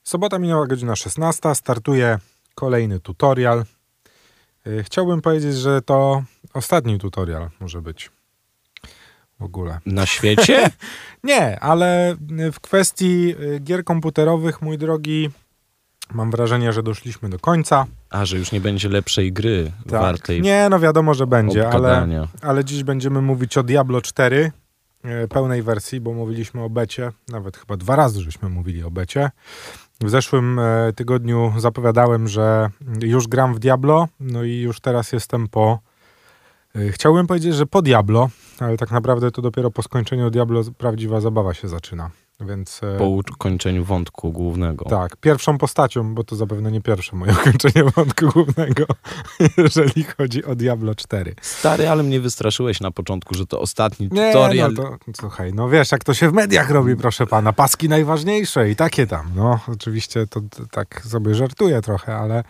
Sobota minęła godzina 16, startuje kolejny tutorial. Chciałbym powiedzieć, że to ostatni tutorial może być w ogóle. Na świecie? Nie, ale w kwestii gier komputerowych, mój drogi, mam wrażenie, że doszliśmy do końca. A, że już nie będzie lepszej gry wartej. Nie, no wiadomo, że będzie, obgadania. ale dziś będziemy mówić o Diablo 4, pełnej wersji, bo mówiliśmy o becie, nawet chyba 2 razy żeśmy mówili o becie. W zeszłym tygodniu zapowiadałem, że już gram w Diablo, no i już teraz jestem chciałbym powiedzieć, że po Diablo, ale tak naprawdę to dopiero po skończeniu Diablo prawdziwa zabawa się zaczyna. Więc, po ukończeniu wątku głównego. Tak, pierwszą postacią, bo to zapewne nie pierwsze moje ukończenie wątku głównego, jeżeli chodzi o Diablo 4. Stary, ale mnie wystraszyłeś na początku, że to ostatni tutorial. No to słuchaj, no wiesz, jak to się w mediach robi, proszę pana, paski najważniejsze i takie tam. No, oczywiście to tak sobie żartuję trochę, ale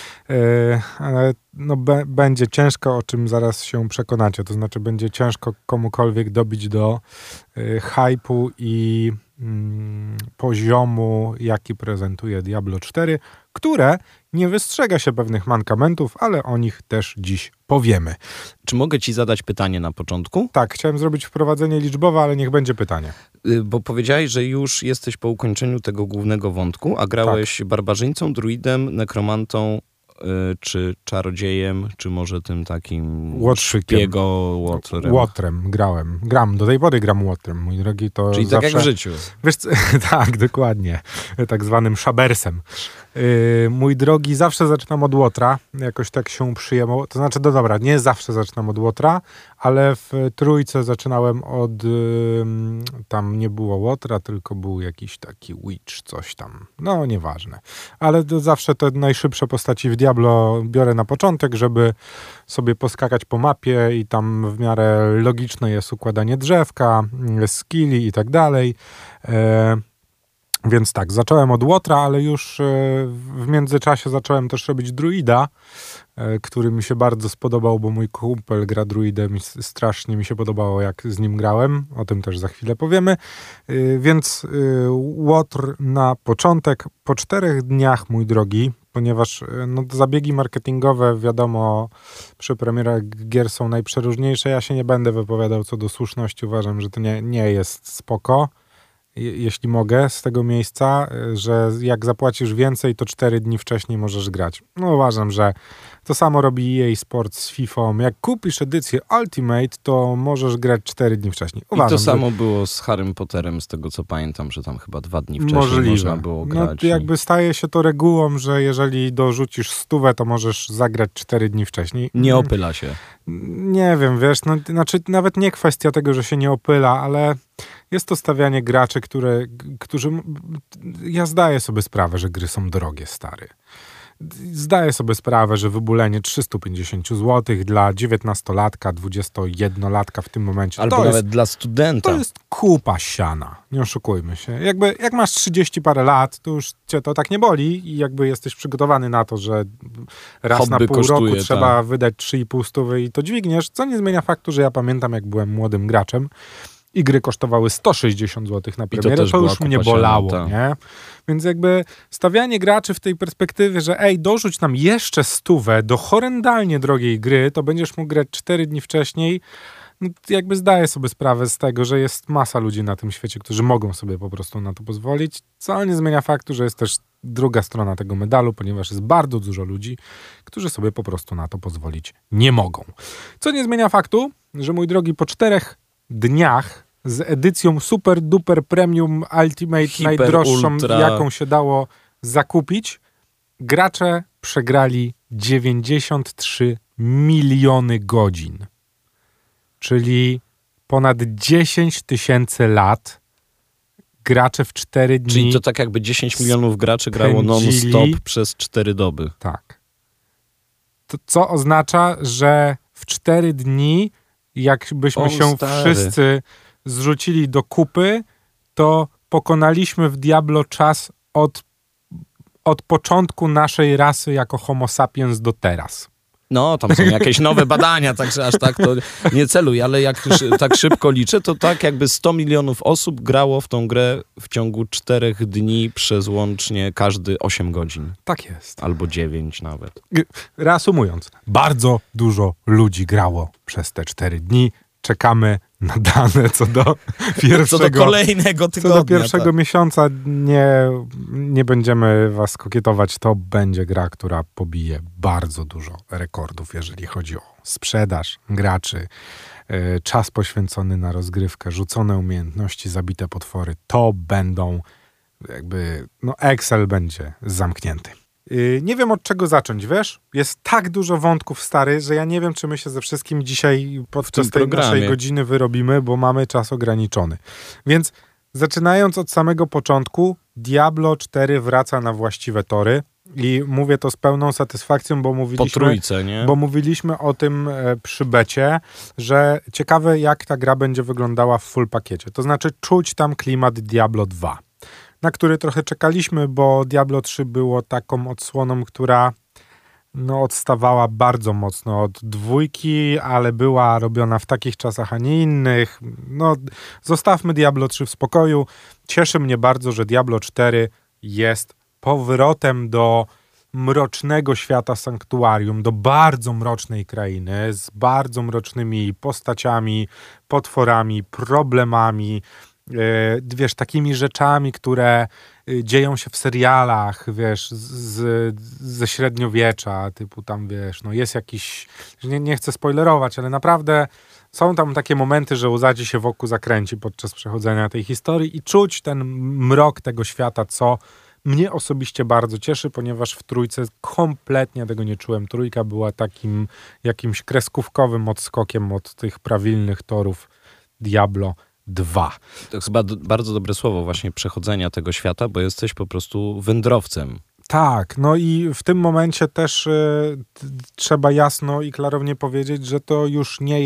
no będzie ciężko, o czym zaraz się przekonacie. To znaczy będzie ciężko komukolwiek dobić do hype'u i poziomu, jaki prezentuje Diablo 4, które nie wystrzega się pewnych mankamentów, ale o nich też dziś powiemy. Czy mogę ci zadać pytanie na początku? Tak, chciałem zrobić wprowadzenie liczbowe, ale niech będzie pytanie. Bo powiedziałeś, że już jesteś po ukończeniu tego głównego wątku, a grałeś barbarzyńcą, druidem, nekromantą, czy czarodziejem, czy może tym takim szpiego Łotrem gram, do tej pory gram Łotrem, mój drogi, to czyli zawsze, tak jak w życiu. Wiesz, tak, dokładnie, tak zwanym szabersem. Mój drogi, zawsze zaczynam od Łotra, jakoś tak się przyjęło, to znaczy, no dobra, nie zawsze zaczynam od Łotra, ale w trójce zaczynałem od, tam nie było Łotra, tylko był jakiś taki Witch, coś tam, no nieważne, ale to zawsze te najszybsze postaci w Diablo biorę na początek, żeby sobie poskakać po mapie i tam w miarę logiczne jest układanie drzewka, skilli i tak dalej. Więc tak, zacząłem od Łotra, ale już w międzyczasie zacząłem też robić druida, który mi się bardzo spodobał, bo mój kumpel gra druidem i strasznie mi się podobało, jak z nim grałem. O tym też za chwilę powiemy. Więc Łotr na początek. Po 4 dniach, mój drogi, ponieważ no, zabiegi marketingowe, wiadomo, przy premierach gier są najprzeróżniejsze. Ja się nie będę wypowiadał co do słuszności. Uważam, że to nie jest spoko. Jeśli mogę, z tego miejsca, że jak zapłacisz więcej, to 4 dni wcześniej możesz grać. No uważam, że to samo robi EA Sports z FIFA. Jak kupisz edycję Ultimate, to możesz grać 4 dni wcześniej. Uważam, i to samo było z Harrym Potterem, z tego co pamiętam, że tam chyba 2 dni wcześniej można było grać. No jakby staje się to regułą, że jeżeli dorzucisz 100, to możesz zagrać 4 dni wcześniej. Nie opyla się. Nie wiem, wiesz, no, znaczy nawet nie kwestia tego, że się nie opyla, ale jest to stawianie graczy, którzy... Ja zdaję sobie sprawę, że gry są drogie, stary. Zdaję sobie sprawę, że wybulenie 350 zł dla 19-latka, 21-latka w tym momencie... Albo nawet dla studenta. To jest kupa siana, nie oszukujmy się. Jak masz 30 parę lat, to już cię to tak nie boli i jakby jesteś przygotowany na to, że raz hobby na pół kosztuje, roku trzeba wydać 3,5 stówy i to dźwigniesz, co nie zmienia faktu, że ja pamiętam, jak byłem młodym graczem i gry kosztowały 160 zł na premierę, to już mnie bolało, nie? Więc jakby stawianie graczy w tej perspektywie, że dorzuć nam jeszcze 100 do horrendalnie drogiej gry, to będziesz mógł grać 4 dni wcześniej, no jakby zdaję sobie sprawę z tego, że jest masa ludzi na tym świecie, którzy mogą sobie po prostu na to pozwolić, co nie zmienia faktu, że jest też druga strona tego medalu, ponieważ jest bardzo dużo ludzi, którzy sobie po prostu na to pozwolić nie mogą. Co nie zmienia faktu, że mój drogi, po 4 dniach z edycją super duper premium ultimate, Hiper, najdroższą, ultra, jaką się dało zakupić, gracze przegrali 93 miliony godzin. Czyli ponad 10 000 lat gracze w 4 dni. Czyli to tak jakby 10 milionów graczy grało non-stop przez 4 doby. Tak. To co oznacza, że w 4 dni, jakbyśmy wszyscy zrzucili do kupy, to pokonaliśmy w Diablo czas od początku naszej rasy jako homo sapiens do teraz. No, tam są jakieś nowe badania, także aż tak to nie celuj, ale jak tak szybko liczę, to tak jakby 100 milionów osób grało w tą grę w ciągu 4 dni przez łącznie każdy 8 godzin. Tak jest. Albo 9 nawet. Reasumując, bardzo dużo ludzi grało przez te 4 dni. Czekamy na dane co do kolejnego tygodnia. Co do pierwszego miesiąca nie będziemy was kokietować. To będzie gra, która pobije bardzo dużo rekordów, jeżeli chodzi o sprzedaż graczy, czas poświęcony na rozgrywkę, rzucone umiejętności, zabite potwory. To będą Excel będzie zamknięty. Nie wiem od czego zacząć, wiesz? Jest tak dużo wątków stary, że ja nie wiem, czy my się ze wszystkim dzisiaj podczas tej naszej godziny wyrobimy, bo mamy czas ograniczony. Więc zaczynając od samego początku, Diablo 4 wraca na właściwe tory i mówię to z pełną satysfakcją, bo mówiliśmy o tym przy becie, że ciekawe jak ta gra będzie wyglądała w full pakiecie. To znaczy czuć tam klimat Diablo 2. Na który trochę czekaliśmy, bo Diablo 3 było taką odsłoną, która odstawała bardzo mocno od 2, ale była robiona w takich czasach, a nie innych. Zostawmy Diablo 3 w spokoju. Cieszy mnie bardzo, że Diablo 4 jest powrotem do mrocznego świata Sanktuarium, do bardzo mrocznej krainy, z bardzo mrocznymi postaciami, potworami, problemami, wiesz, takimi rzeczami, które dzieją się w serialach, wiesz, ze średniowiecza, typu tam, wiesz, jest jakiś, nie chcę spoilerować, ale naprawdę są tam takie momenty, że łza ci się wokół zakręci podczas przechodzenia tej historii i czuć ten mrok tego świata, co mnie osobiście bardzo cieszy, ponieważ w 3 kompletnie tego nie czułem. 3 była takim jakimś kreskówkowym odskokiem od tych prawilnych torów Diablo 2. To jest chyba bardzo dobre słowo właśnie przechodzenia tego świata, bo jesteś po prostu wędrowcem. Tak, i w tym momencie też trzeba jasno i klarownie powiedzieć, że to już nie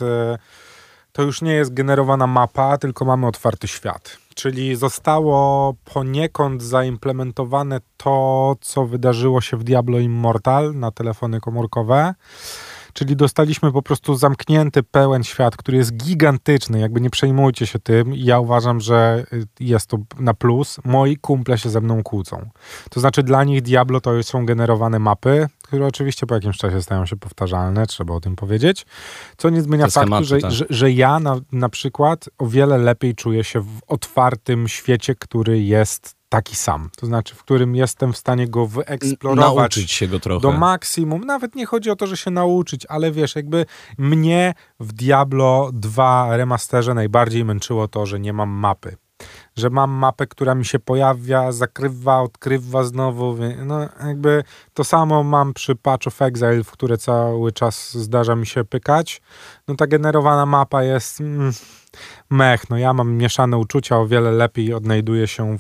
jest generowana mapa, tylko mamy otwarty świat. Czyli zostało poniekąd zaimplementowane to, co wydarzyło się w Diablo Immortal na telefony komórkowe. Czyli dostaliśmy po prostu zamknięty, pełen świat, który jest gigantyczny, jakby nie przejmujcie się tym. Ja uważam, że jest to na plus. Moi kumple się ze mną kłócą. To znaczy dla nich Diablo to są generowane mapy, które oczywiście po jakimś czasie stają się powtarzalne, trzeba o tym powiedzieć. Co nie zmienia faktu, że ja na przykład o wiele lepiej czuję się w otwartym świecie, który jest taki sam. To znaczy, w którym jestem w stanie go wyeksplorować. Nauczyć się go trochę. Do maksimum. Nawet nie chodzi o to, że się nauczyć, ale wiesz, jakby mnie w Diablo 2 remasterze najbardziej męczyło to, że nie mam mapy. Że mam mapę, która mi się pojawia, zakrywa, odkrywa znowu. Jakby to samo mam przy Patch of Exile, w które cały czas zdarza mi się pykać. Ta generowana mapa jest mech. Ja mam mieszane uczucia, o wiele lepiej odnajduję się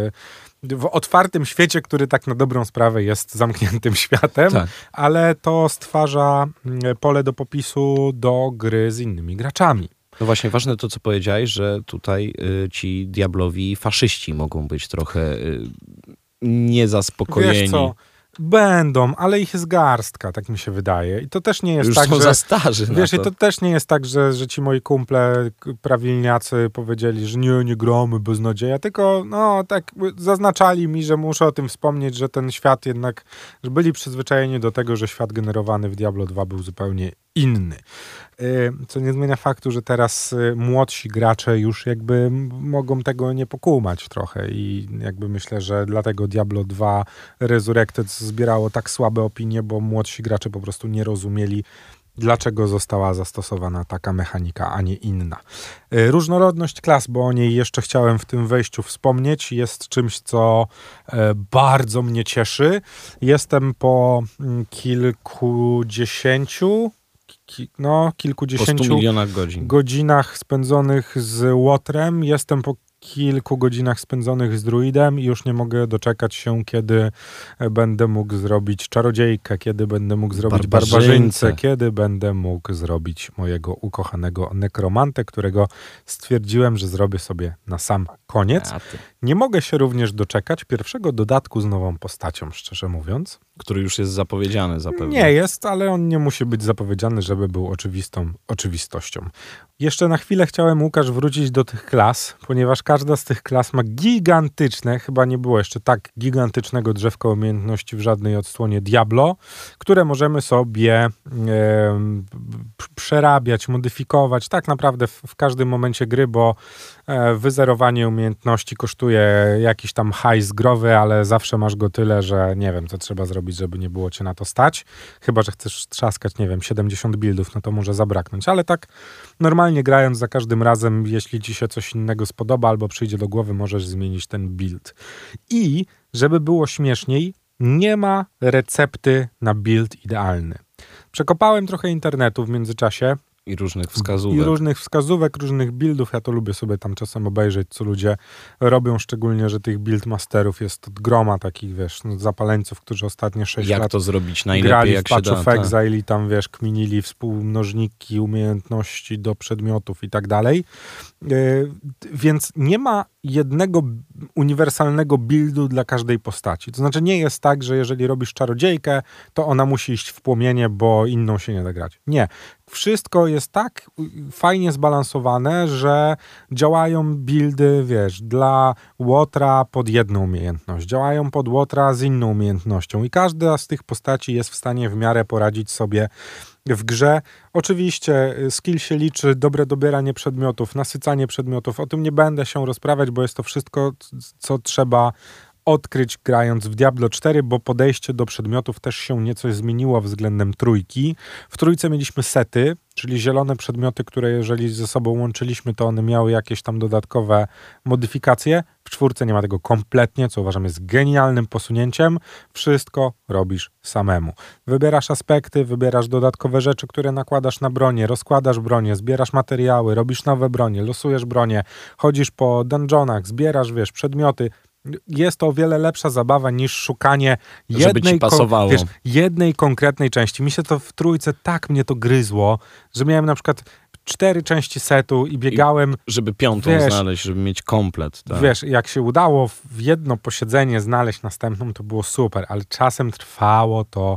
w otwartym świecie, który tak na dobrą sprawę jest zamkniętym światem, tak. Ale to stwarza pole do popisu do gry z innymi graczami. No właśnie, ważne to, co powiedziałeś, że tutaj ci diablowi faszyści mogą być trochę niezaspokojeni. Wiesz co? Będą, ale ich jest garstka, tak mi się wydaje. I to też nie jest już tak, są że... za starzy wiesz, i to też nie jest tak, że ci moi kumple prawilniacy powiedzieli, że nie gramy beznadzieja, tylko tak zaznaczali mi, że muszę o tym wspomnieć, że ten świat jednak, że byli przyzwyczajeni do tego, że świat generowany w Diablo 2 był zupełnie inny. Co nie zmienia faktu, że teraz młodsi gracze już jakby mogą tego nie pokumać trochę i jakby myślę, że dlatego Diablo 2 Resurrected zbierało tak słabe opinie, bo młodsi gracze po prostu nie rozumieli, dlaczego została zastosowana taka mechanika, a nie inna. Różnorodność klas, bo o niej jeszcze chciałem w tym wejściu wspomnieć, jest czymś, co bardzo mnie cieszy. Jestem po kilkudziesięciu po 100 milionach godzin. godzinach spędzonych z Łotrem. Jestem po kilku godzinach spędzonych z druidem i już nie mogę doczekać się, kiedy będę mógł zrobić czarodziejkę, kiedy będę mógł zrobić barbarzyńcę, kiedy będę mógł zrobić mojego ukochanego nekromantę, którego stwierdziłem, że zrobię sobie na sam koniec. Nie mogę się również doczekać pierwszego dodatku z nową postacią, szczerze mówiąc. Który już jest zapowiedziany zapewne. Nie jest, ale on nie musi być zapowiedziany, żeby był oczywistą oczywistością. Jeszcze na chwilę chciałem, Łukasz, wrócić do tych klas, ponieważ każda z tych klas ma gigantyczne, chyba nie było jeszcze tak gigantycznego drzewka umiejętności w żadnej odsłonie Diablo, które możemy sobie przerabiać, modyfikować tak naprawdę w każdym momencie gry, bo wyzerowanie umiejętności kosztuje jakiś tam hajs growy, ale zawsze masz go tyle, że nie wiem, co trzeba zrobić, żeby nie było cię na to stać. Chyba że chcesz trzaskać, nie wiem, 70 buildów, no to może zabraknąć. Ale tak normalnie grając za każdym razem, jeśli ci się coś innego spodoba albo przyjdzie do głowy, możesz zmienić ten build. I żeby było śmieszniej, nie ma recepty na build idealny. Przekopałem trochę internetu w międzyczasie. I różnych wskazówek. Różnych buildów. Ja to lubię sobie tam czasem obejrzeć, co ludzie robią, szczególnie, że tych build masterów jest od groma takich, wiesz, no, zapaleńców, którzy ostatnie 6 lat to zrobić najlepiej, grali jak w Path of Exile tak. i tam, wiesz, kminili współmnożniki, umiejętności do przedmiotów i tak dalej. Więc nie ma jednego uniwersalnego buildu dla każdej postaci. To znaczy nie jest tak, że jeżeli robisz czarodziejkę, to ona musi iść w płomienie, bo inną się nie da grać. Nie. Wszystko jest tak fajnie zbalansowane, że działają buildy, wiesz, dla łotra pod jedną umiejętność, działają pod łotra z inną umiejętnością i każda z tych postaci jest w stanie w miarę poradzić sobie w grze. Oczywiście skill się liczy, dobre dobieranie przedmiotów, nasycanie przedmiotów. O tym nie będę się rozprawiać, bo jest to wszystko, co trzeba odkryć grając w Diablo 4, bo podejście do przedmiotów też się nieco zmieniło względem trójki. W trójce mieliśmy sety, czyli zielone przedmioty, które jeżeli ze sobą łączyliśmy, to one miały jakieś tam dodatkowe modyfikacje. W czwórce nie ma tego kompletnie, co uważam jest genialnym posunięciem. Wszystko robisz samemu. Wybierasz aspekty, wybierasz dodatkowe rzeczy, które nakładasz na bronię, rozkładasz bronię, zbierasz materiały, robisz nowe bronie, losujesz bronię, chodzisz po dungeonach, zbierasz, wiesz, przedmioty. Jest to o wiele lepsza zabawa niż szukanie jednej konkretnej części. Mi się to w trójce tak mnie to gryzło, że miałem na przykład 4 części setu i biegałem... Żeby piątą znaleźć, żeby mieć komplet. Tak. Wiesz, jak się udało w jedno posiedzenie znaleźć następną, to było super, ale czasem trwało to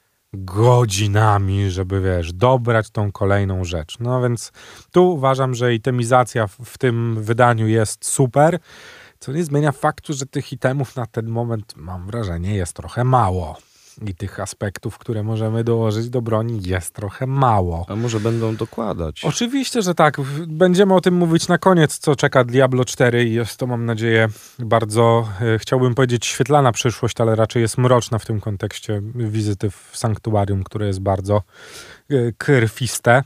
godzinami, żeby, wiesz, dobrać tą kolejną rzecz. No więc tu uważam, że itemizacja w tym wydaniu jest super, co nie zmienia faktu, że tych itemów na ten moment, mam wrażenie, jest trochę mało. I tych aspektów, które możemy dołożyć do broni, jest trochę mało. A może będą dokładać? Oczywiście, że tak. Będziemy o tym mówić na koniec, co czeka Diablo 4 i jest to, mam nadzieję, bardzo, chciałbym powiedzieć, świetlana przyszłość, ale raczej jest mroczna w tym kontekście wizyty w sanktuarium, które jest bardzo krwiste.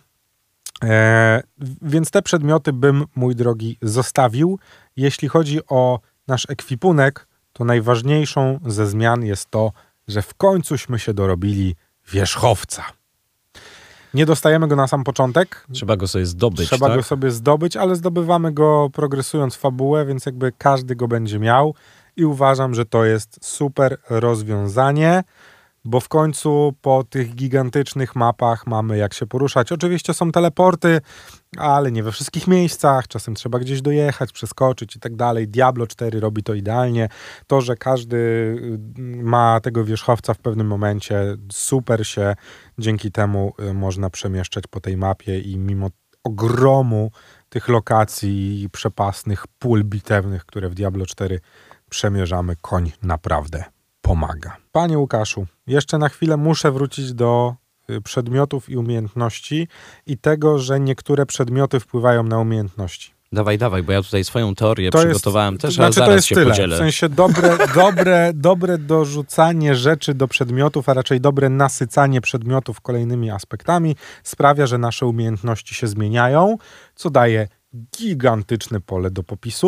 Więc te przedmioty bym, mój drogi, zostawił. Jeśli chodzi o nasz ekwipunek, to najważniejszą ze zmian jest to, że w końcuśmy się dorobili wierzchowca. Nie dostajemy go na sam początek. Trzeba go sobie zdobyć, go sobie zdobyć, ale zdobywamy go progresując fabułę, więc jakby każdy go będzie miał i uważam, że to jest super rozwiązanie, bo w końcu po tych gigantycznych mapach mamy jak się poruszać. Oczywiście są teleporty, ale nie we wszystkich miejscach. Czasem trzeba gdzieś dojechać, przeskoczyć i tak dalej. Diablo 4 robi to idealnie. To, że każdy ma tego wierzchowca w pewnym momencie, super się dzięki temu można przemieszczać po tej mapie i mimo ogromu tych lokacji i przepasnych pól bitewnych, które w Diablo 4 przemierzamy, koń naprawdę pomaga. Panie Łukaszu, jeszcze na chwilę muszę wrócić do przedmiotów i umiejętności i tego, że niektóre przedmioty wpływają na umiejętności. Dawaj, bo ja tutaj swoją teorię przygotowałem też, ale zaraz to jest się tyle. podzielę. W sensie dobre dorzucanie rzeczy do przedmiotów, a raczej dobre nasycanie przedmiotów kolejnymi aspektami sprawia, że nasze umiejętności się zmieniają, co daje gigantyczne pole do popisu.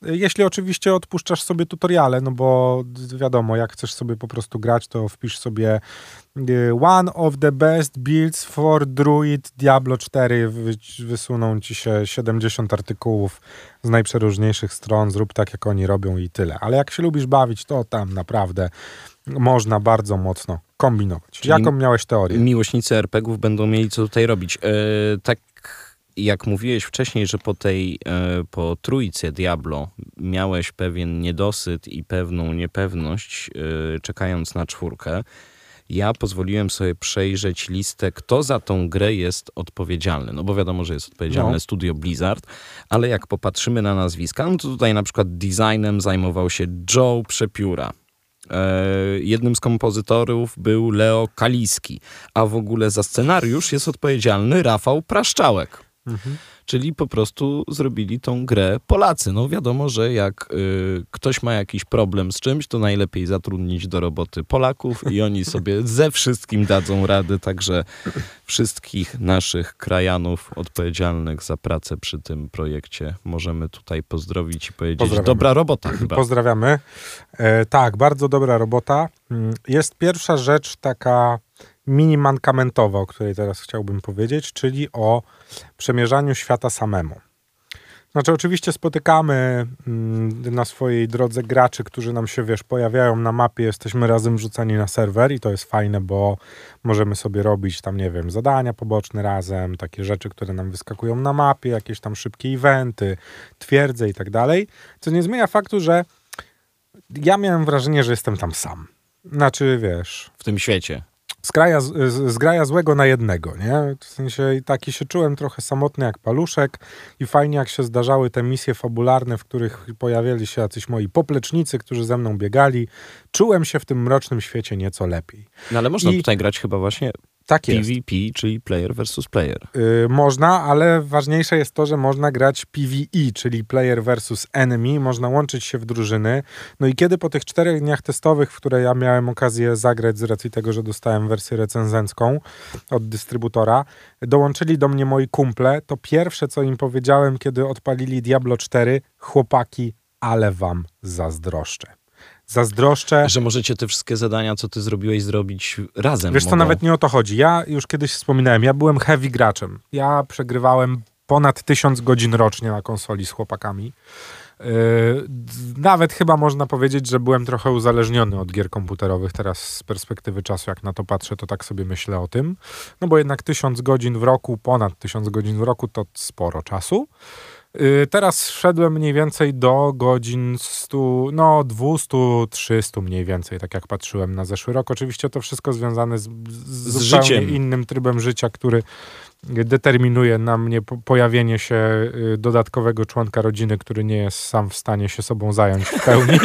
Jeśli oczywiście odpuszczasz sobie tutoriale, no bo wiadomo, jak chcesz sobie po prostu grać, to wpisz sobie one of the best builds for Druid Diablo 4. Wysuną ci się 70 artykułów z najprzeróżniejszych stron. Zrób tak, jak oni robią i tyle. Ale jak się lubisz bawić, to tam naprawdę można bardzo mocno kombinować. Czyli jaką miałeś teorię? Miłośnicy RPG-ów będą mieli co tutaj robić. Tak jak mówiłeś wcześniej, że po trójce Diablo miałeś pewien niedosyt i pewną niepewność, czekając na 4, ja pozwoliłem sobie przejrzeć listę, kto za tą grę jest odpowiedzialny. No bo wiadomo, że jest odpowiedzialne studio Blizzard, ale jak popatrzymy na nazwiska, no to tutaj na przykład designem zajmował się Joe Przepióra. Jednym z kompozytorów był Leo Kaliski, a w ogóle za scenariusz jest odpowiedzialny Rafał Praszczałek. Czyli po prostu zrobili tą grę Polacy. No wiadomo, że jak ktoś ma jakiś problem z czymś, to najlepiej zatrudnić do roboty Polaków i oni sobie ze wszystkim dadzą radę. Także wszystkich naszych krajanów odpowiedzialnych za pracę przy tym projekcie możemy tutaj pozdrowić i powiedzieć dobra robota chyba. Pozdrawiamy. Tak, bardzo dobra robota. Jest pierwsza rzecz taka mini mankamentowa, o której teraz chciałbym powiedzieć, czyli o przemierzaniu świata samemu. Znaczy oczywiście spotykamy na swojej drodze graczy, którzy nam się, pojawiają na mapie, jesteśmy razem wrzucani na serwer i to jest fajne, bo możemy sobie robić tam, zadania poboczne razem, takie rzeczy, które nam wyskakują na mapie, jakieś tam szybkie eventy, twierdze i tak dalej, co nie zmienia faktu, że ja miałem wrażenie, że jestem tam sam. Znaczy, w tym świecie. Z graja złego na jednego, nie? W sensie taki się czułem trochę samotny jak paluszek i fajnie jak się zdarzały te misje fabularne, w których pojawiali się jacyś moi poplecznicy, którzy ze mną biegali. Czułem się w tym mrocznym świecie nieco lepiej. No ale można tutaj grać chyba właśnie tak jest. PvP, czyli player versus player. Można, ale ważniejsze jest to, że można grać PvE, czyli player versus enemy. Można łączyć się w drużyny. No i kiedy po tych 4 dniach testowych, w które ja miałem okazję zagrać z racji tego, że dostałem wersję recenzencką od dystrybutora, dołączyli do mnie moi kumple, to pierwsze, co im powiedziałem, kiedy odpalili Diablo 4, chłopaki, ale wam zazdroszczę. Że możecie te wszystkie zadania, co ty zrobiłeś, zrobić razem. Wiesz co, nawet nie o to chodzi. Ja już kiedyś wspominałem, ja byłem heavy graczem. Ja przegrywałem ponad 1000 godzin rocznie na konsoli z chłopakami. Nawet chyba można powiedzieć, że byłem trochę uzależniony od gier komputerowych. Teraz z perspektywy czasu, jak na to patrzę, to tak sobie myślę o tym. No bo jednak 1000 godzin w roku, ponad 1000 godzin w roku to sporo czasu. Teraz szedłem mniej więcej do godzin 100, 200, 300 mniej więcej, tak jak patrzyłem na zeszły rok. Oczywiście to wszystko związane z zupełnie życiem. Innym trybem życia, który determinuje na mnie pojawienie się dodatkowego członka rodziny, który nie jest sam w stanie się sobą zająć w pełni.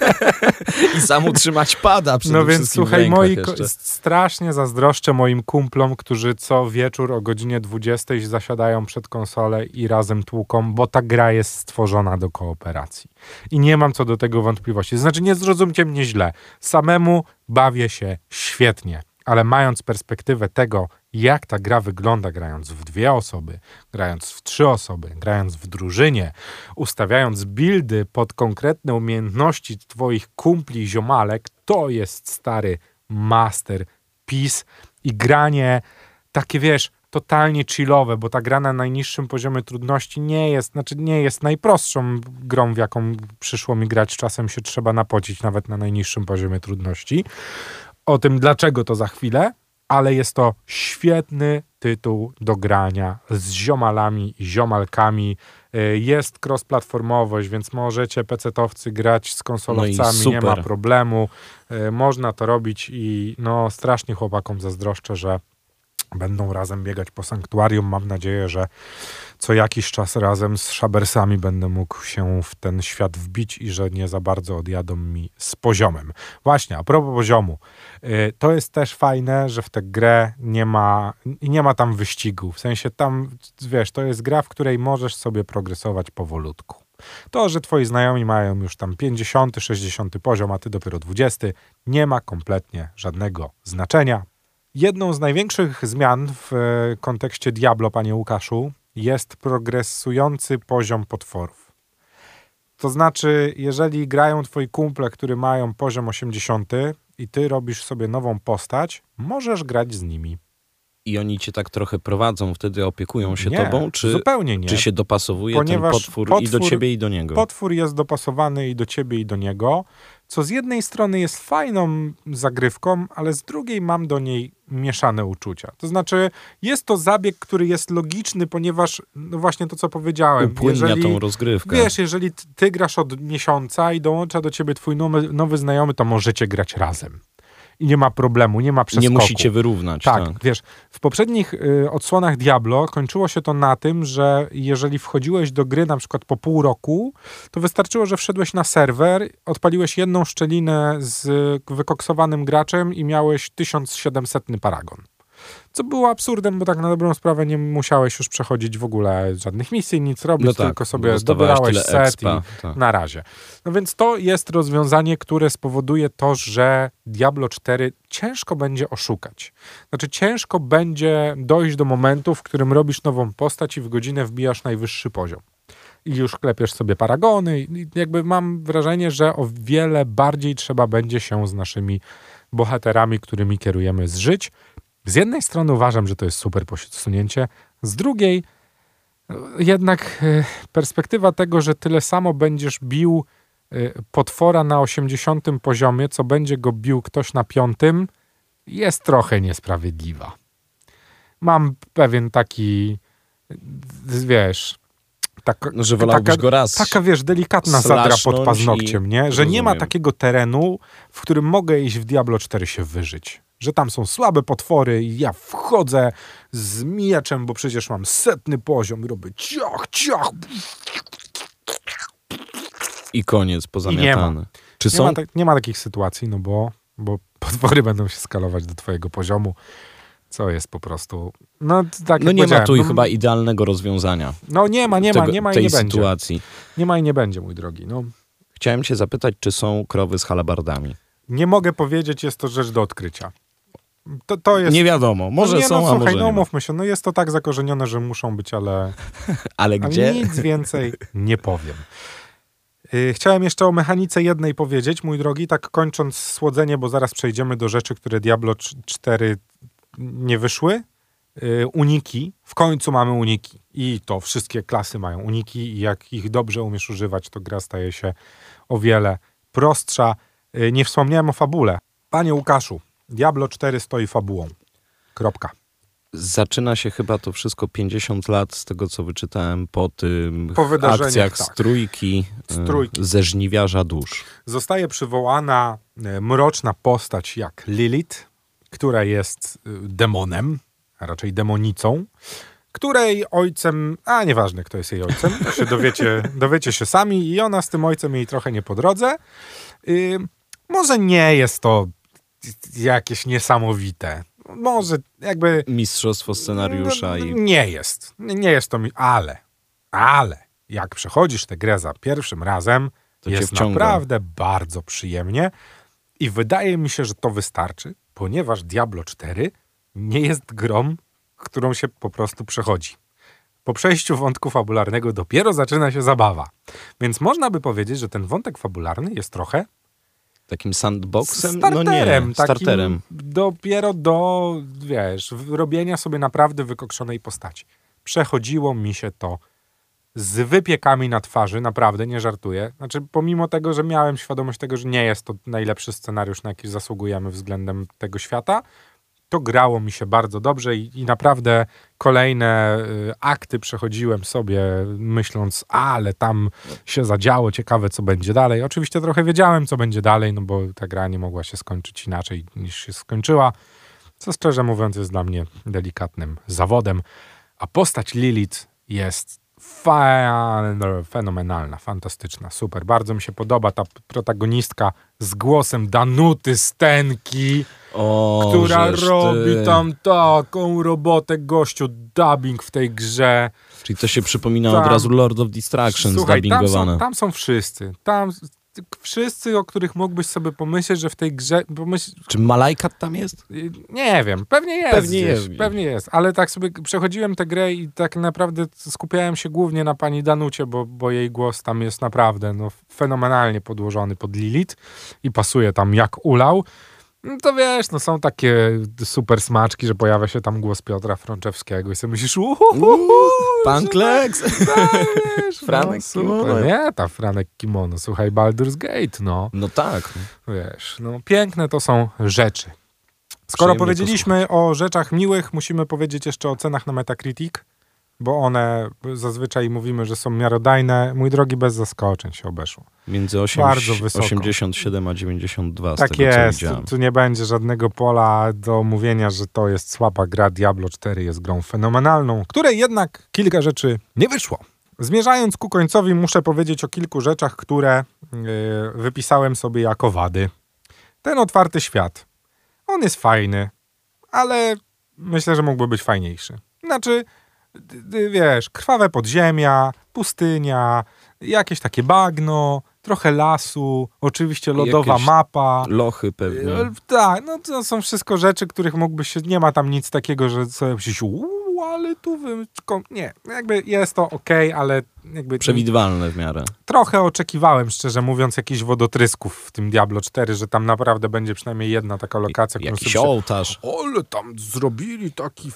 I sam utrzymać pada przede No więc słuchaj, strasznie zazdroszczę moim kumplom, którzy co wieczór o godzinie 20 zasiadają przed konsolę i razem tłuką, bo ta gra jest stworzona do kooperacji. I nie mam co do tego wątpliwości. Znaczy, nie zrozumcie mnie źle. Samemu bawię się świetnie, ale mając perspektywę tego, jak ta gra wygląda, grając w 2 osoby, grając w 3 osoby, grając w drużynie, ustawiając buildy pod konkretne umiejętności twoich kumpli, ziomalek, to jest stary masterpiece i granie takie, totalnie chillowe, bo ta gra na najniższym poziomie trudności nie jest najprostszą grą, w jaką przyszło mi grać. Czasem się trzeba napocić nawet na najniższym poziomie trudności. O tym, dlaczego, to za chwilę, ale jest to świetny tytuł do grania z ziomalami i ziomalkami. Jest cross-platformowość, więc możecie pecetowcy grać z konsolowcami, nie ma problemu. Można to robić i strasznie chłopakom zazdroszczę, że będą razem biegać po sanktuarium. Mam nadzieję, że co jakiś czas razem z szabersami będę mógł się w ten świat wbić i że nie za bardzo odjadą mi z poziomem. Właśnie, a propos poziomu. To jest też fajne, że w tę grę nie ma tam wyścigu. W sensie tam, to jest gra, w której możesz sobie progresować powolutku. To, że twoi znajomi mają już tam 50, 60 poziom, a ty dopiero 20, nie ma kompletnie żadnego znaczenia. Jedną z największych zmian w kontekście Diablo, panie Łukaszu, jest progresujący poziom potworów. To znaczy, jeżeli grają twoi kumple, którzy mają poziom 80 i ty robisz sobie nową postać, możesz grać z nimi. I oni cię tak trochę prowadzą, wtedy opiekują się tobą? Czy zupełnie nie. Czy się dopasowuje ponieważ ten potwór i do ciebie, i do niego? Potwór jest dopasowany i do ciebie, i do niego, co z jednej strony jest fajną zagrywką, ale z drugiej mam do niej mieszane uczucia. To znaczy, jest to zabieg, który jest logiczny, ponieważ, no właśnie to, co powiedziałem. Upłynnia tą rozgrywkę. Wiesz, jeżeli ty grasz od miesiąca i dołącza do ciebie twój nowy znajomy, to możecie grać razem. I nie ma problemu, nie ma przeskoku. Nie musicie wyrównać. Tak, wiesz, w poprzednich odsłonach Diablo kończyło się to na tym, że jeżeli wchodziłeś do gry na przykład po pół roku, to wystarczyło, że wszedłeś na serwer, odpaliłeś jedną szczelinę z wykoksowanym graczem i miałeś 1700 paragon. Co było absurdem, bo tak na dobrą sprawę nie musiałeś już przechodzić w ogóle żadnych misji, nic robić, tylko sobie dobierałeś set i na razie. No więc to jest rozwiązanie, które spowoduje to, że Diablo 4 ciężko będzie oszukać. Znaczy ciężko będzie dojść do momentu, w którym robisz nową postać i w godzinę wbijasz najwyższy poziom. I już klepiesz sobie paragony i jakby mam wrażenie, że o wiele bardziej trzeba będzie się z naszymi bohaterami, którymi kierujemy, zżyć. Z jednej strony uważam, że to jest super posunięcie, z drugiej jednak perspektywa tego, że tyle samo będziesz bił potwora na 80 poziomie, co będzie go bił ktoś na 5, jest trochę niesprawiedliwa. Mam pewien taki, wiesz... że wolałbyś go raz taka, wiesz, delikatna zadra pod paznokciem, nie? Że nie ma takiego terenu, w którym mogę iść w Diablo 4 się wyżyć. Że tam są słabe potwory i ja wchodzę z mieczem, bo przecież mam 100 poziom i robię ciach, ciach. I koniec, pozamiatany. Nie ma takich sytuacji, no bo potwory będą się skalować do twojego poziomu, co jest po prostu... No nie ma tu chyba idealnego rozwiązania. No nie ma i nie będzie. Sytuacji. Nie ma i nie będzie, mój drogi. No. Chciałem cię zapytać, czy są krowy z halabardami? Nie mogę powiedzieć, jest to rzecz do odkrycia. To jest... Nie wiadomo, może są, a może nie. No mówmy się, jest to tak zakorzenione, że muszą być, ale... ale gdzie? Nic więcej nie powiem. Chciałem jeszcze o mechanice jednej powiedzieć, mój drogi, tak kończąc słodzenie, bo zaraz przejdziemy do rzeczy, które Diablo 4 nie wyszły. Uniki. W końcu mamy uniki. I to wszystkie klasy mają uniki i jak ich dobrze umiesz używać, to gra staje się o wiele prostsza. Nie wspomniałem o fabule. Panie Łukaszu, Diablo 4 stoi fabułą. Kropka. Zaczyna się chyba to wszystko 50 lat z tego, co wyczytałem po tym akcjach z trójki, ze żniwiarza dusz. Zostaje przywołana mroczna postać jak Lilith, która jest demonem, a raczej demonicą, której ojcem, nieważne kto jest jej ojcem, to się dowiecie się sami i ona z tym ojcem jej trochę nie po drodze. Może nie jest to jakieś niesamowite. Może jakby... Mistrzostwo scenariusza i... Nie jest. Nie jest to... Ale jak przechodzisz tę grę za pierwszym razem, to jest naprawdę bardzo przyjemnie i wydaje mi się, że to wystarczy, ponieważ Diablo 4 nie jest grą, którą się po prostu przechodzi. Po przejściu wątku fabularnego dopiero zaczyna się zabawa. Więc można by powiedzieć, że ten wątek fabularny jest trochę takim sandboxem? Starterem. Starterem. Dopiero do, robienia sobie naprawdę wykokszonej postaci. Przechodziło mi się to z wypiekami na twarzy, naprawdę, nie żartuję. Znaczy, pomimo tego, że miałem świadomość tego, że nie jest to najlepszy scenariusz, na jaki zasługujemy względem tego świata, to grało mi się bardzo dobrze i naprawdę kolejne akty przechodziłem sobie myśląc, ale tam się zadziało, ciekawe co będzie dalej. Oczywiście trochę wiedziałem co będzie dalej, no bo ta gra nie mogła się skończyć inaczej niż się skończyła, co szczerze mówiąc jest dla mnie delikatnym zawodem. A postać Lilith jest fenomenalna, fantastyczna, super. Bardzo mi się podoba ta protagonistka z głosem Danuty Stenki, która robi tam taką robotę, gościu, dubbing w tej grze. Czyli to się przypomina od razu Lord of Destruction zdubbingowane. Tam są wszyscy. wszyscy, o których mógłbyś sobie pomyśleć, że w tej grze... Czy Malajkat tam jest? Nie wiem, pewnie jest. Pewnie jest, ale tak sobie przechodziłem tę grę i tak naprawdę skupiałem się głównie na pani Danucie, bo jej głos tam jest naprawdę fenomenalnie podłożony pod Lilith i pasuje tam jak ulał. No to wiesz, są takie super smaczki, że pojawia się tam głos Piotra Frączewskiego i sobie myślisz, Pan Kleks! Franek Kimono. Nie, ta Franek Kimono. Słuchaj, Baldur's Gate, No tak. Wiesz, piękne to są rzeczy. Skoro powiedzieliśmy o rzeczach miłych, musimy powiedzieć jeszcze o cenach na Metacritic, bo one zazwyczaj mówimy, że są miarodajne. Mój drogi, bez zaskoczeń się obeszło. Między 87 a 92 tak tego, jest, co widziałem. Tu nie będzie żadnego pola do mówienia, że to jest słaba gra. Diablo 4 jest grą fenomenalną, której jednak kilka rzeczy nie wyszło. Zmierzając ku końcowi, muszę powiedzieć o kilku rzeczach, które wypisałem sobie jako wady. Ten otwarty świat, on jest fajny, ale myślę, że mógłby być fajniejszy. Znaczy, wiesz, krwawe podziemia, pustynia, jakieś takie bagno, trochę lasu, oczywiście lodowa mapa. Lochy pewnie. Tak, to są wszystko rzeczy, których mógłbyś się, nie ma tam nic takiego, że sobie myślisz, ale tu nie, jakby jest to okej, ale jakby... Przewidywalne w miarę. Trochę oczekiwałem, szczerze mówiąc, jakichś wodotrysków w tym Diablo 4, że tam naprawdę będzie przynajmniej jedna taka lokacja. Jakiś ołtarz. Ale tam zrobili taki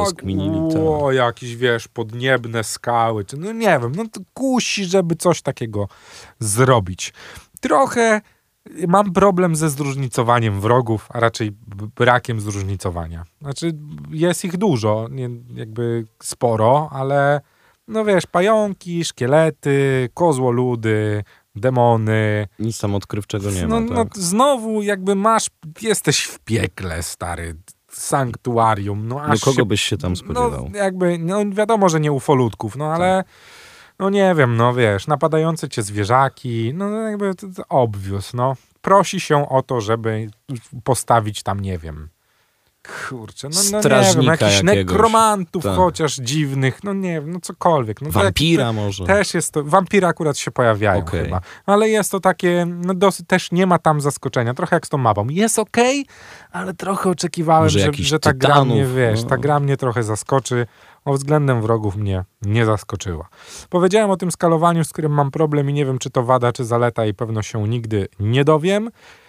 jakieś, wiesz, podniebne skały, czy nie wiem, to kusi, żeby coś takiego zrobić. Trochę mam problem ze zróżnicowaniem wrogów, a raczej brakiem zróżnicowania. Znaczy, jest ich dużo, jakby sporo, ale wiesz, pająki, szkielety, kozłoludy, demony. Nic tam odkrywczego nie ma, tak? Znowu jakby jesteś w piekle, stary, sanktuarium. Kogo byś się tam spodziewał? Wiadomo, że nie ufolutków, ale nie wiem, wiesz, napadające cię zwierzaki, jakby to obvious, Prosi się o to, żeby postawić tam, nie wiem, kurczę, strażnika nie wiem, jakichś jakiegoś. Nekromantów chociaż dziwnych, nie wiem, cokolwiek. Wampira może. Też jest to, wampiry akurat się pojawiają chyba, ale jest to takie, dosyć, też nie ma tam zaskoczenia, trochę jak z tą mapą. Jest okej, ale trochę oczekiwałem, że ta gra mnie, wiesz, ta gra mnie trochę zaskoczy. Względem wrogów mnie nie zaskoczyła. Powiedziałem o tym skalowaniu, z którym mam problem i nie wiem, czy to wada, czy zaleta i pewno się nigdy nie dowiem.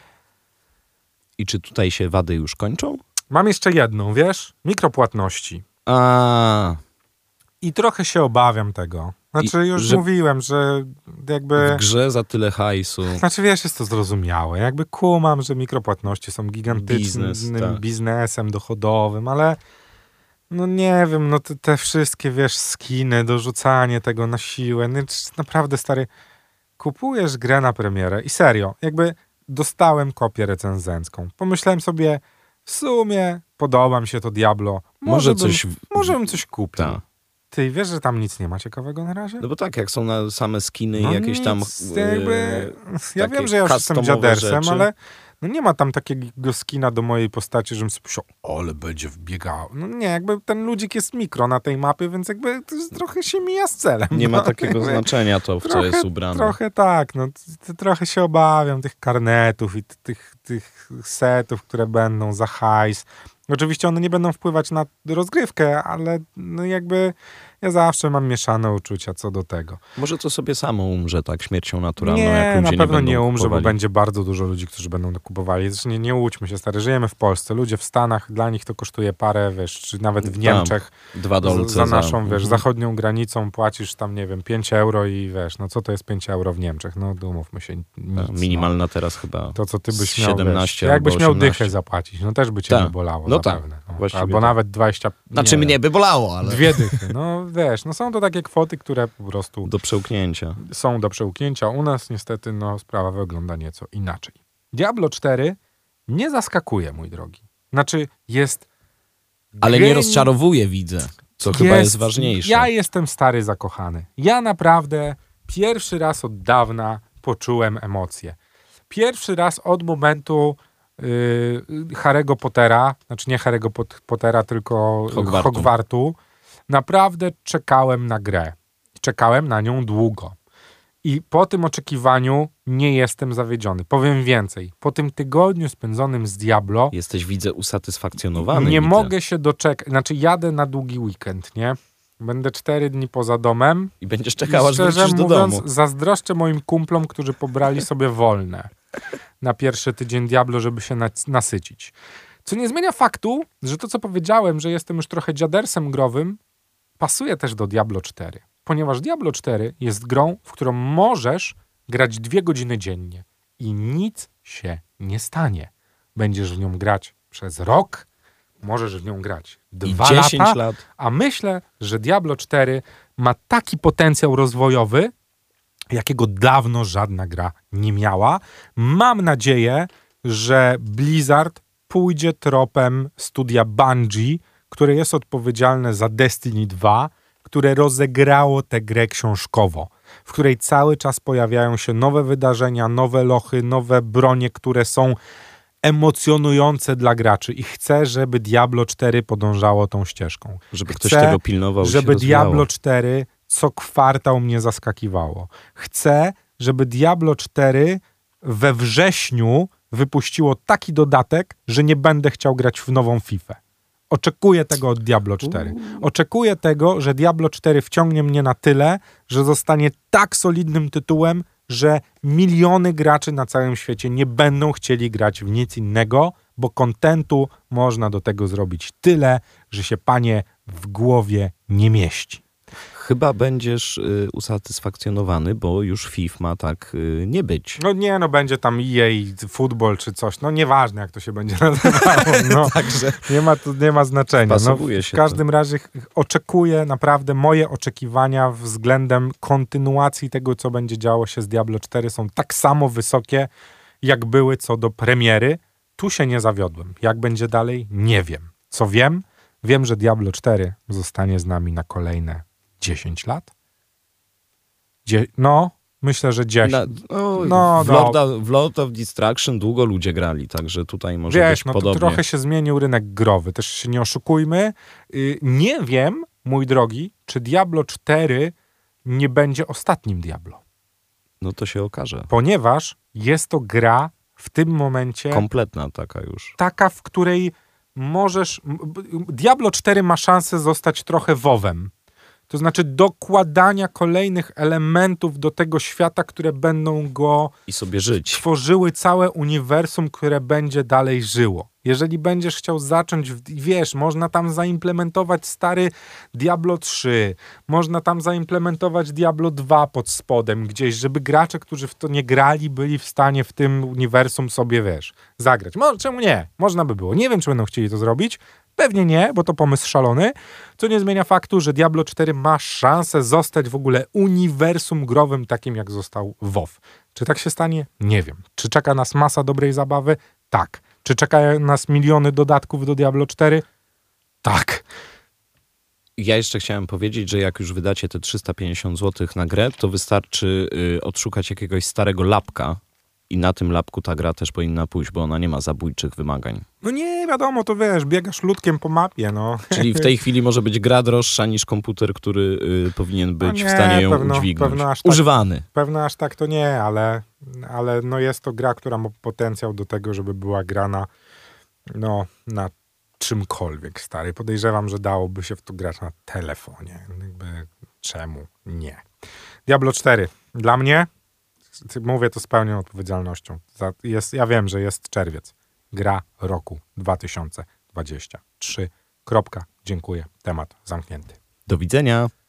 I czy tutaj się wady już kończą? Mam jeszcze jedną, wiesz? Mikropłatności. I trochę się obawiam tego. Znaczy, już mówiłem, że jakby... W grze za tyle hajsu. Znaczy, wiesz, jest to zrozumiałe. Jakby kumam, że mikropłatności są gigantycznym biznesem dochodowym, ale nie wiem, te wszystkie, wiesz, skiny, dorzucanie tego na siłę. Naprawdę, stary, kupujesz grę na premierę i serio, jakby dostałem kopię recenzencką. Pomyślałem sobie, w sumie podoba mi się to Diablo. Może bym coś kupił. Ta. Ty wiesz, że tam nic nie ma ciekawego na razie? Bo tak, jak są same skiny i jakieś tam... ja wiem, że ja już jestem dziadersem, ale nie ma tam takiego skina do mojej postaci, żebym sobie myślał, ale będzie wbiegał. Nie, jakby ten ludzik jest mikro na tej mapie, więc jakby to trochę się mija z celem. Nie ma takiego znaczenia to, w co jest ubrane. Trochę tak, trochę się obawiam tych karnetów i tych setów, które będą za hajs. Oczywiście one nie będą wpływać na rozgrywkę, ale jakby ja zawsze mam mieszane uczucia co do tego. Może to sobie samo umrze tak śmiercią naturalną. Na pewno nie umrze, bo będzie bardzo dużo ludzi, którzy będą to kupowali. Zresztą nie łudźmy się, stary. Żyjemy w Polsce. Ludzie w Stanach, dla nich to kosztuje parę, wiesz, czy nawet w Niemczech. $2 za naszą, wiesz, zachodnią granicą płacisz tam, nie wiem, 5 euro i wiesz, co to jest 5 euro w Niemczech? Umówmy się, nic. Minimalna teraz chyba to, co ty byś miał, 17 wiesz, jakbyś miał 18. dychę zapłacić, też by cię nie bolało. Zapewne. Albo nawet 20... Znaczy mnie by bolało, ale... 2 dychy. Wiesz, są to takie kwoty, które po prostu... Do przełknięcia. Są do przełknięcia. U nas niestety sprawa wygląda nieco inaczej. Diablo 4 nie zaskakuje, mój drogi. Znaczy jest... Ale nie rozczarowuje, widzę. Co chyba jest ważniejsze. Ja jestem stary zakochany. Ja naprawdę pierwszy raz od dawna poczułem emocje. Pierwszy raz od momentu Harry'ego Pottera, znaczy nie Harry'ego Pottera, tylko Hogwartu. Naprawdę czekałem na grę. Czekałem na nią długo. I po tym oczekiwaniu nie jestem zawiedziony. Powiem więcej. Po tym tygodniu spędzonym z Diablo... Jesteś, widzę, usatysfakcjonowany. Nie mogę się doczekać. Znaczy jadę na długi weekend, nie? Będę 4 dni poza domem. I będziesz czekał, aż wrócisz do domu. Zazdroszczę moim kumplom, którzy pobrali sobie wolne na pierwszy tydzień Diablo, żeby się nasycić. Co nie zmienia faktu, że to, co powiedziałem, że jestem już trochę dziadersem growym, pasuje też do Diablo 4. Ponieważ Diablo 4 jest grą, w którą możesz grać 2 godziny dziennie i nic się nie stanie. Będziesz w nią grać przez rok, możesz w nią grać 2 lata, 10 lat. A myślę, że Diablo 4 ma taki potencjał rozwojowy, jakiego dawno żadna gra nie miała. Mam nadzieję, że Blizzard pójdzie tropem studia Bungie, które jest odpowiedzialne za Destiny 2, które rozegrało tę grę książkowo, w której cały czas pojawiają się nowe wydarzenia, nowe lochy, nowe bronie, które są emocjonujące dla graczy i chcę, żeby Diablo 4 podążało tą ścieżką. Żeby ktoś tego pilnował i żeby się rozwijało. Diablo 4 co kwartał mnie zaskakiwało. Chcę, żeby Diablo 4 we wrześniu wypuściło taki dodatek, że nie będę chciał grać w nową FIFA. Oczekuję tego od Diablo 4. Oczekuję tego, że Diablo 4 wciągnie mnie na tyle, że zostanie tak solidnym tytułem, że miliony graczy na całym świecie nie będą chcieli grać w nic innego, bo kontentu można do tego zrobić tyle, że się, panie, w głowie nie mieści. Chyba będziesz usatysfakcjonowany, bo już FIFA ma tak nie być. No nie, no będzie tam EA Football czy coś, no nieważne jak to się będzie nazywało, no. Także nie ma znaczenia. No, w każdym razie oczekuję, naprawdę moje oczekiwania względem kontynuacji tego, co będzie działo się z Diablo 4 są tak samo wysokie, jak były co do premiery. Tu się nie zawiodłem. Jak będzie dalej? Nie wiem. Co wiem? Wiem, że Diablo 4 zostanie z nami na kolejne 10 lat? Myślę, że 10. W Lord of Destruction długo ludzie grali, także tutaj może być podobnie. Trochę się zmienił rynek growy, też się nie oszukujmy. Nie wiem, mój drogi, czy Diablo 4 nie będzie ostatnim Diablo. No to się okaże. Ponieważ jest to gra w tym momencie... Kompletna taka już. Taka, w której możesz... Diablo 4 ma szansę zostać trochę WoW-em. To znaczy dokładania kolejnych elementów do tego świata, które będą go i sobie żyć. Tworzyły całe uniwersum, które będzie dalej żyło. Jeżeli będziesz chciał zacząć, wiesz, można tam zaimplementować stary Diablo 3, można tam zaimplementować Diablo 2 pod spodem gdzieś, żeby gracze, którzy w to nie grali, byli w stanie w tym uniwersum sobie, wiesz, zagrać. Czemu nie? Można by było. Nie wiem, czy będą chcieli to zrobić. Pewnie nie, bo to pomysł szalony, co nie zmienia faktu, że Diablo 4 ma szansę zostać w ogóle uniwersum growym takim, jak został WoW. Czy tak się stanie? Nie wiem. Czy czeka nas masa dobrej zabawy? Tak. Czy czekają nas miliony dodatków do Diablo 4? Tak. Ja jeszcze chciałem powiedzieć, że jak już wydacie te 350 zł na grę, to wystarczy odszukać jakiegoś starego lapka i na tym lapku ta gra też powinna pójść, bo ona nie ma zabójczych wymagań. No nie, wiadomo, to wiesz, biegasz ludkiem po mapie, no. Czyli w tej chwili może być gra droższa niż komputer, który powinien być w stanie ją udźwignąć. Używany. Pewno aż tak to nie, ale no jest to gra, która ma potencjał do tego, żeby była grana na czymkolwiek, stary. Podejrzewam, że dałoby się w to grać na telefonie. Czemu nie? Diablo 4. Dla mnie, mówię to z pełną odpowiedzialnością. Ja wiem, że jest czerwiec. Gra roku 2023. Dziękuję. Temat zamknięty. Do widzenia.